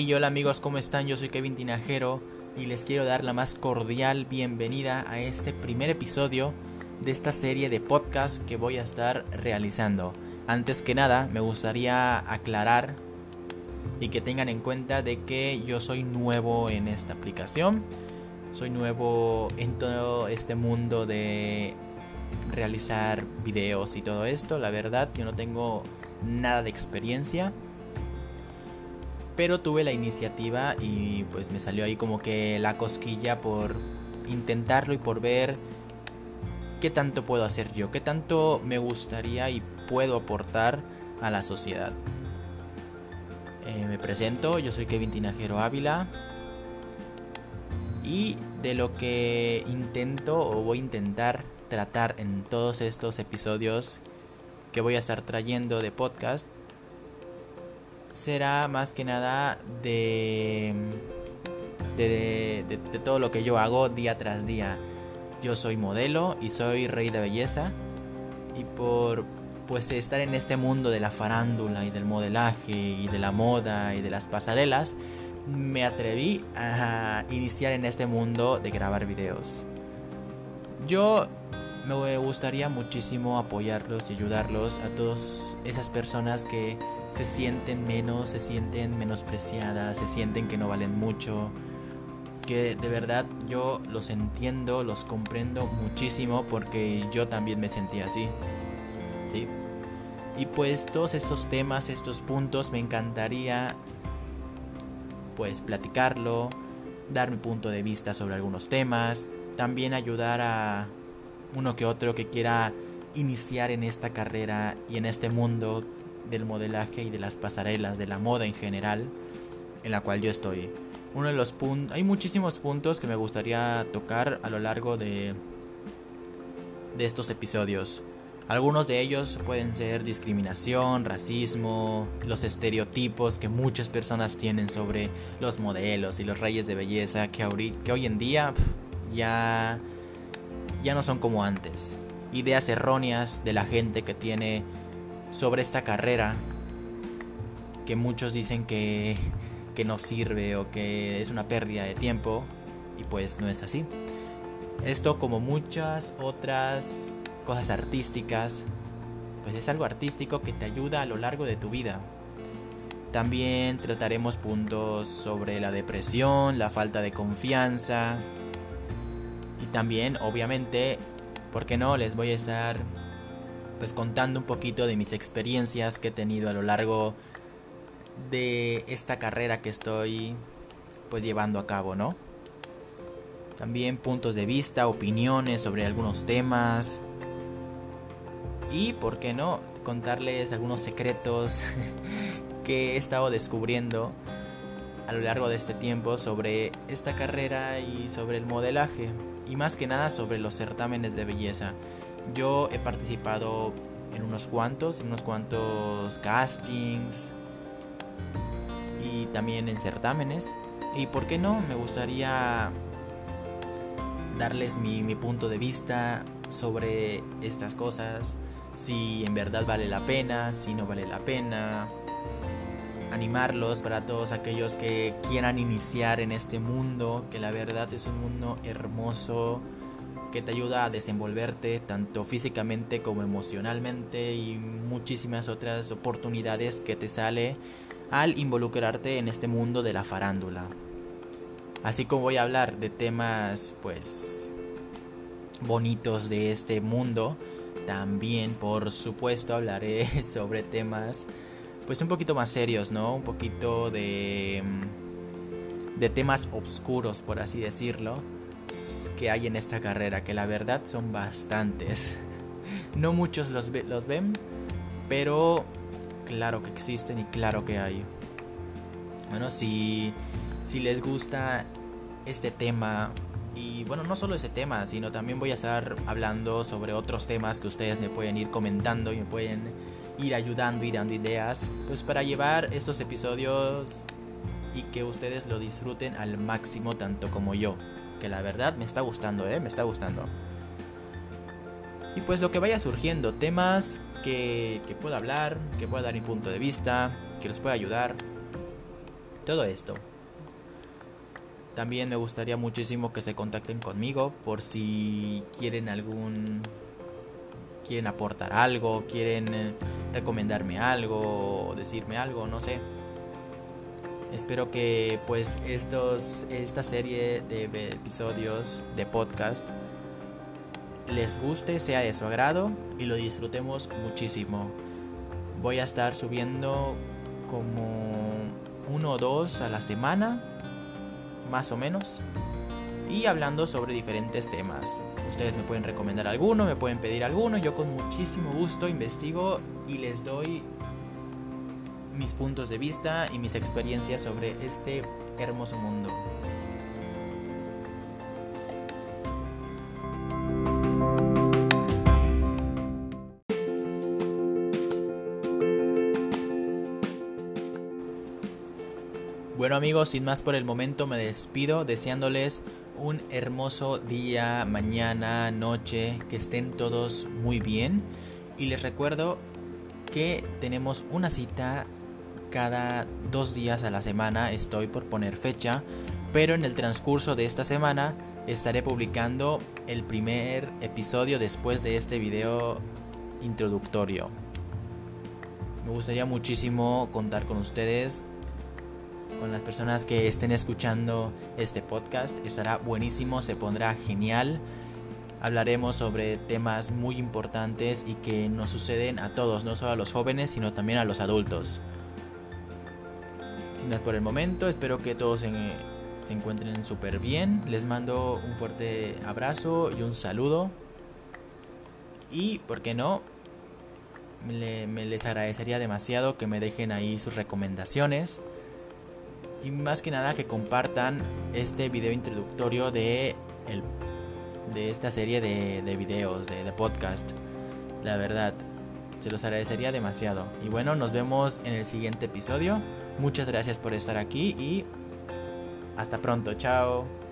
Hey, hola amigos, ¿cómo están? Yo soy Kevin Tinajero y les quiero dar la más cordial bienvenida a este primer episodio de esta serie de podcast que voy a estar realizando. Antes que nada, me gustaría aclarar y que tengan en cuenta de que yo soy nuevo en esta aplicación. Soy nuevo en todo este mundo de realizar videos y todo esto. La verdad, yo no tengo nada de experiencia, pero tuve la iniciativa y pues me salió ahí como que la cosquilla por intentarlo y por ver qué tanto puedo hacer yo, qué tanto me gustaría y puedo aportar a la sociedad. Me presento, yo soy Kevin Tinajero Ávila y de lo que intento o voy a intentar tratar en todos estos episodios que voy a estar trayendo de podcast será más que nada de todo lo que yo hago día tras día. Yo soy modelo y soy rey de belleza, y por pues estar en este mundo de la farándula y del modelaje y de la moda y de las pasarelas, me atreví a iniciar en este mundo de grabar videos. Yo me gustaría muchísimo apoyarlos y ayudarlos a todas esas personas que se sienten menos, se sienten menospreciadas, se sienten que no valen mucho, que de verdad yo los entiendo, los comprendo muchísimo porque yo también me sentía así, ¿sí? Y pues todos estos temas, estos puntos me encantaría pues platicarlo, dar mi punto de vista sobre algunos temas, también ayudar a uno que otro que quiera iniciar en esta carrera y en este mundo del modelaje y de las pasarelas, de la moda en general, en la cual yo estoy. Uno de los puntos, hay muchísimos puntos que me gustaría tocar a lo largo de estos episodios. Algunos de ellos pueden ser discriminación, racismo, los estereotipos que muchas personas tienen sobre los modelos y los reyes de belleza que hoy en día ya no son como antes. Ideas erróneas de la gente que tiene sobre esta carrera, que muchos dicen que no sirve o que es una pérdida de tiempo, y pues no es así. Esto, como muchas otras cosas artísticas, pues es algo artístico que te ayuda a lo largo de tu vida. También trataremos puntos sobre la depresión, la falta de confianza, y también, obviamente, ¿por qué no? Les voy a estar pues contando un poquito de mis experiencias que he tenido a lo largo de esta carrera que estoy pues llevando a cabo, ¿no? También puntos de vista, opiniones sobre algunos temas, y por qué no contarles algunos secretos que he estado descubriendo a lo largo de este tiempo sobre esta carrera y sobre el modelaje, y más que nada sobre los certámenes de belleza. Yo he participado en unos cuantos castings y también en certámenes, y por qué no, me gustaría darles mi punto de vista sobre estas cosas, si en verdad vale la pena, si no vale la pena, animarlos para todos aquellos que quieran iniciar en este mundo, que la verdad es un mundo hermoso que te ayuda a desenvolverte tanto físicamente como emocionalmente, y muchísimas otras oportunidades que te sale al involucrarte en este mundo de la farándula. Así como voy a hablar de temas pues bonitos de este mundo, también por supuesto hablaré sobre temas pues un poquito más serios, ¿no? Un poquito de temas oscuros, por así decirlo, que hay en esta carrera, que la verdad son bastantes. No muchos los ven, pero claro que existen y claro que hay. Bueno, si les gusta este tema, y bueno, no solo ese tema, sino también voy a estar hablando sobre otros temas que ustedes me pueden ir comentando y me pueden ir ayudando y dando ideas, pues para llevar estos episodios y que ustedes lo disfruten al máximo tanto como yo, que la verdad me está gustando, me está gustando. Y pues lo que vaya surgiendo, temas que pueda hablar, que pueda dar mi punto de vista, que los pueda ayudar, Todo esto. También me gustaría muchísimo que se contacten conmigo por si quieren quieren aportar algo, quieren recomendarme algo, decirme algo, no sé. Espero que pues esta serie de episodios de podcast les guste, sea de su agrado y lo disfrutemos muchísimo. Voy a estar subiendo como 1 o 2 a la semana, más o menos, y hablando sobre diferentes temas. Ustedes me pueden recomendar alguno, me pueden pedir alguno, yo con muchísimo gusto investigo y les doy mis puntos de vista y mis experiencias sobre este hermoso mundo. Bueno amigos, sin más por el momento me despido deseándoles un hermoso día, mañana, noche, que estén todos muy bien. Y les recuerdo que tenemos una cita cada 2 días a la semana, estoy por poner fecha, pero en el transcurso de esta semana estaré publicando el primer episodio después de este video introductorio. Me gustaría muchísimo contar con ustedes, con las personas que estén escuchando este podcast. Estará buenísimo, se pondrá genial. Hablaremos sobre temas muy importantes y que nos suceden a todos, no solo a los jóvenes, sino también a los adultos. Sin más por el momento, espero que todos se encuentren súper bien. Les mando un fuerte abrazo y un saludo. Y, ¿por qué no? Me les agradecería demasiado que me dejen ahí sus recomendaciones. Y más que nada que compartan este video introductorio de esta serie de videos, de podcast. La verdad, se los agradecería demasiado. Y bueno, nos vemos en el siguiente episodio. Muchas gracias por estar aquí y hasta pronto. Chao.